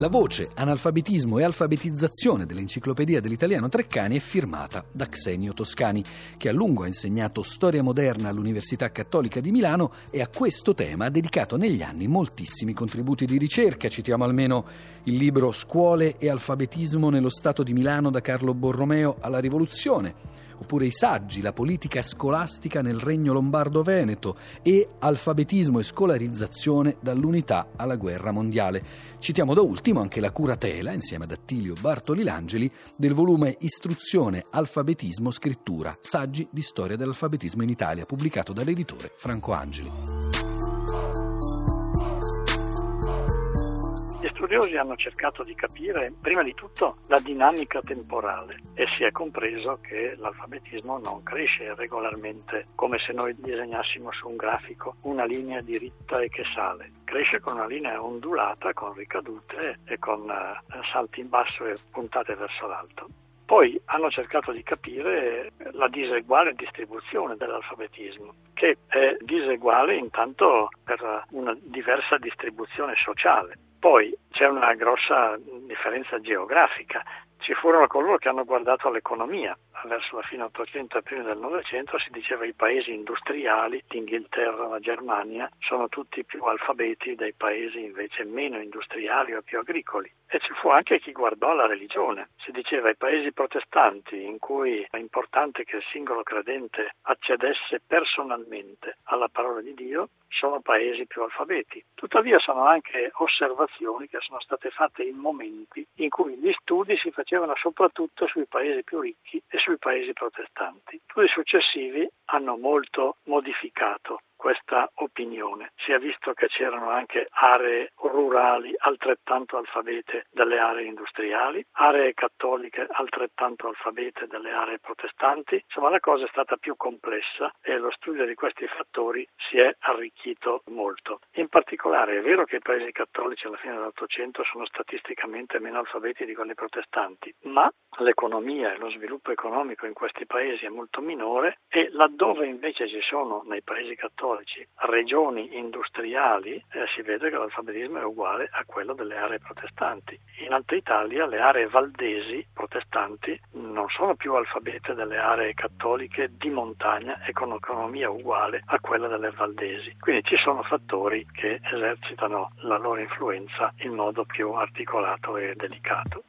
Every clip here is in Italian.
La voce Analfabetismo e alfabetizzazione dell'Enciclopedia dell'Italiano Treccani è firmata da Xenio Toscani, che a lungo ha insegnato storia moderna all'Università Cattolica di Milano e a questo tema ha dedicato negli anni moltissimi contributi di ricerca. Citiamo almeno il libro Scuole e alfabetismo nello Stato di Milano da Carlo Borromeo alla Rivoluzione, oppure i saggi La politica scolastica nel Regno Lombardo-Veneto e Alfabetismo e scolarizzazione dall'Unità alla Guerra Mondiale. Citiamo da ultimo anche la curatela, insieme ad Attilio Bartolilangeli, del volume Istruzione, Alfabetismo, Scrittura, saggi di storia dell'alfabetismo in Italia, pubblicato dall'editore Franco Angeli. Gli studiosi hanno cercato di capire, prima di tutto, la dinamica temporale e si è compreso che l'alfabetismo non cresce regolarmente come se noi disegnassimo su un grafico una linea diritta e che sale. Cresce con una linea ondulata, con ricadute e con salti in basso e puntate verso l'alto. Poi hanno cercato di capire la diseguale distribuzione dell'alfabetismo, che è diseguale intanto per una diversa distribuzione sociale. Poi c'è una grossa differenza geografica. Ci furono coloro che hanno guardato all'economia. Verso la fine 800 e prima del Novecento si diceva i paesi industriali, l'Inghilterra, la Germania, sono tutti più alfabeti dei paesi invece meno industriali o più agricoli. E ci fu anche chi guardò alla religione. Si diceva i paesi protestanti, in cui è importante che il singolo credente accedesse personalmente alla parola di Dio, sono paesi più alfabeti. Tuttavia sono anche osservazioni che sono state fatte in momenti in cui gli studi si facevano soprattutto sui paesi più ricchi e sui paesi protestanti. Studi successivi hanno molto modificato questa opinione. Si è visto che c'erano anche aree rurali altrettanto alfabete delle aree industriali, aree cattoliche altrettanto alfabete delle aree protestanti. Insomma, la cosa è stata più complessa e lo studio di questi fattori si è arricchito molto. In particolare è vero che i paesi cattolici alla fine dell'Ottocento sono statisticamente meno alfabeti di quelli protestanti, ma l'economia e lo sviluppo economico in questi paesi è molto minore e laddove invece ci sono nei paesi cattolici regioni industriali, si vede che l'alfabetismo è uguale a quello delle aree protestanti. In Alta Italia le aree valdesi protestanti non sono più alfabete delle aree cattoliche di montagna e con economia uguale a quella delle valdesi. Quindi ci sono fattori che esercitano la loro influenza in modo più articolato e delicato.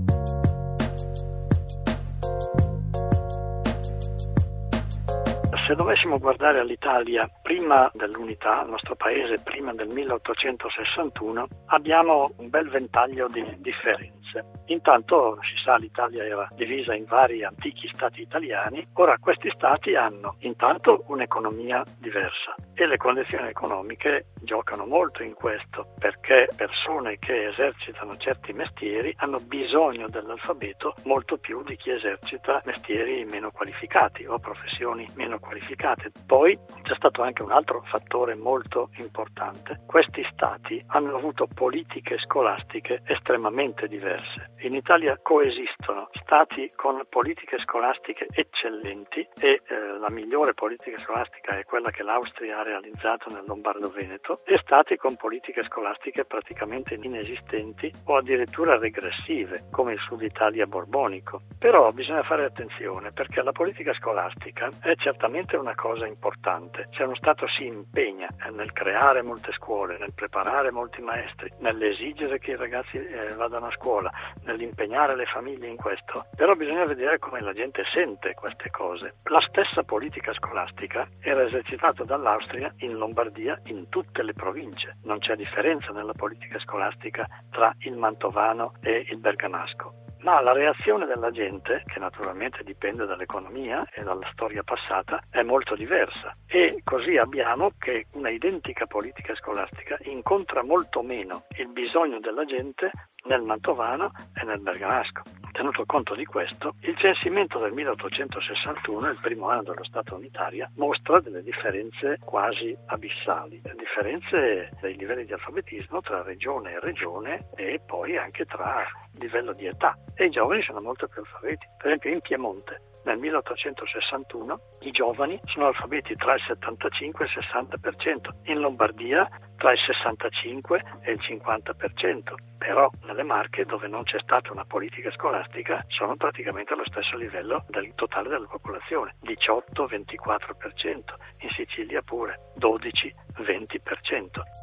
Se dovessimo guardare all'Italia prima dell'unità, il nostro paese prima del 1861, abbiamo un bel ventaglio di differenze. Intanto, si sa, l'Italia era divisa in vari antichi stati italiani. Ora, questi stati hanno intanto un'economia diversa e le condizioni economiche giocano molto in questo, perché persone che esercitano certi mestieri hanno bisogno dell'alfabeto molto più di chi esercita mestieri meno qualificati o professioni meno qualificate. Poi c'è stato anche un altro fattore molto importante. Questi stati hanno avuto politiche scolastiche estremamente diverse. In Italia coesistono stati con politiche scolastiche eccellenti e la migliore politica scolastica è quella che l'Austria ha realizzato nel Lombardo-Veneto, e stati con politiche scolastiche praticamente inesistenti o addirittura regressive, come il Sud Italia borbonico. Però bisogna fare attenzione, perché la politica scolastica è certamente una cosa importante. Se uno Stato si impegna nel creare molte scuole, nel preparare molti maestri, nell'esigere che i ragazzi vadano a scuola, nell'impegnare le famiglie in questo, però bisogna vedere come la gente sente queste cose. La stessa politica scolastica era esercitata dall'Austria in Lombardia, in tutte le province. Non c'è differenza nella politica scolastica tra il mantovano e il bergamasco. Ma la reazione della gente, che naturalmente dipende dall'economia e dalla storia passata, è molto diversa. E così abbiamo che una identica politica scolastica incontra molto meno il bisogno della gente nel mantovano e nel bergamasco. Tenuto conto di questo, il censimento del 1861, il primo anno dello Stato unitario, mostra delle differenze quasi abissali, differenze dei livelli di alfabetismo tra regione e regione e poi anche tra livello di età. E i giovani sono molto più alfabeti. Per esempio in Piemonte, nel 1861, i giovani sono alfabeti tra il 75 e il 60%, in Lombardia tra il 65 e il 50%, però nelle Marche, dove non c'è stata una politica scolastica, sono praticamente allo stesso livello del totale della popolazione, 18-24%, in Sicilia pure 12-20%.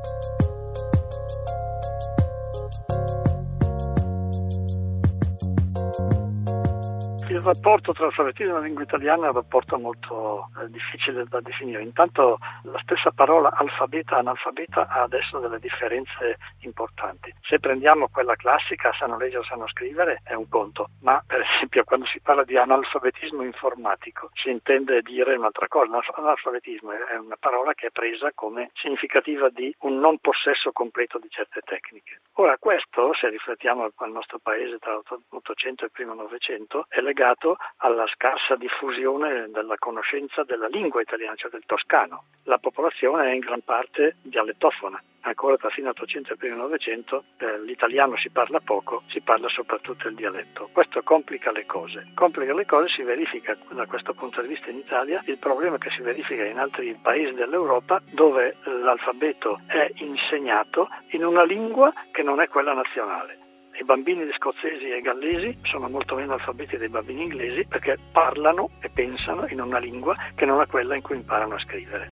Il rapporto tra alfabetismo e lingua italiana è un rapporto molto difficile da definire. Intanto la stessa parola alfabeta e analfabeta ha adesso delle differenze importanti. Se prendiamo quella classica, sanno leggere o sanno scrivere, è un conto, ma per esempio quando si parla di analfabetismo informatico si intende dire un'altra cosa. Analfabetismo è una parola che è presa come significativa di un non possesso completo di certe tecniche. Ora questo, se riflettiamo al nostro paese tra l'Ottocento e il primo Novecento, è legato alla scarsa diffusione della conoscenza della lingua italiana, cioè del toscano. La popolazione è in gran parte dialettofona. Ancora tra fine 800 e primo Novecento l'italiano si parla poco, si parla soprattutto il dialetto. Questo complica le cose. Si verifica da questo punto di vista in Italia il problema che si verifica in altri paesi dell'Europa, dove l'alfabeto è insegnato in una lingua che non è quella nazionale. I bambini scozzesi e gallesi sono molto meno alfabeti dei bambini inglesi perché parlano e pensano in una lingua che non è quella in cui imparano a scrivere.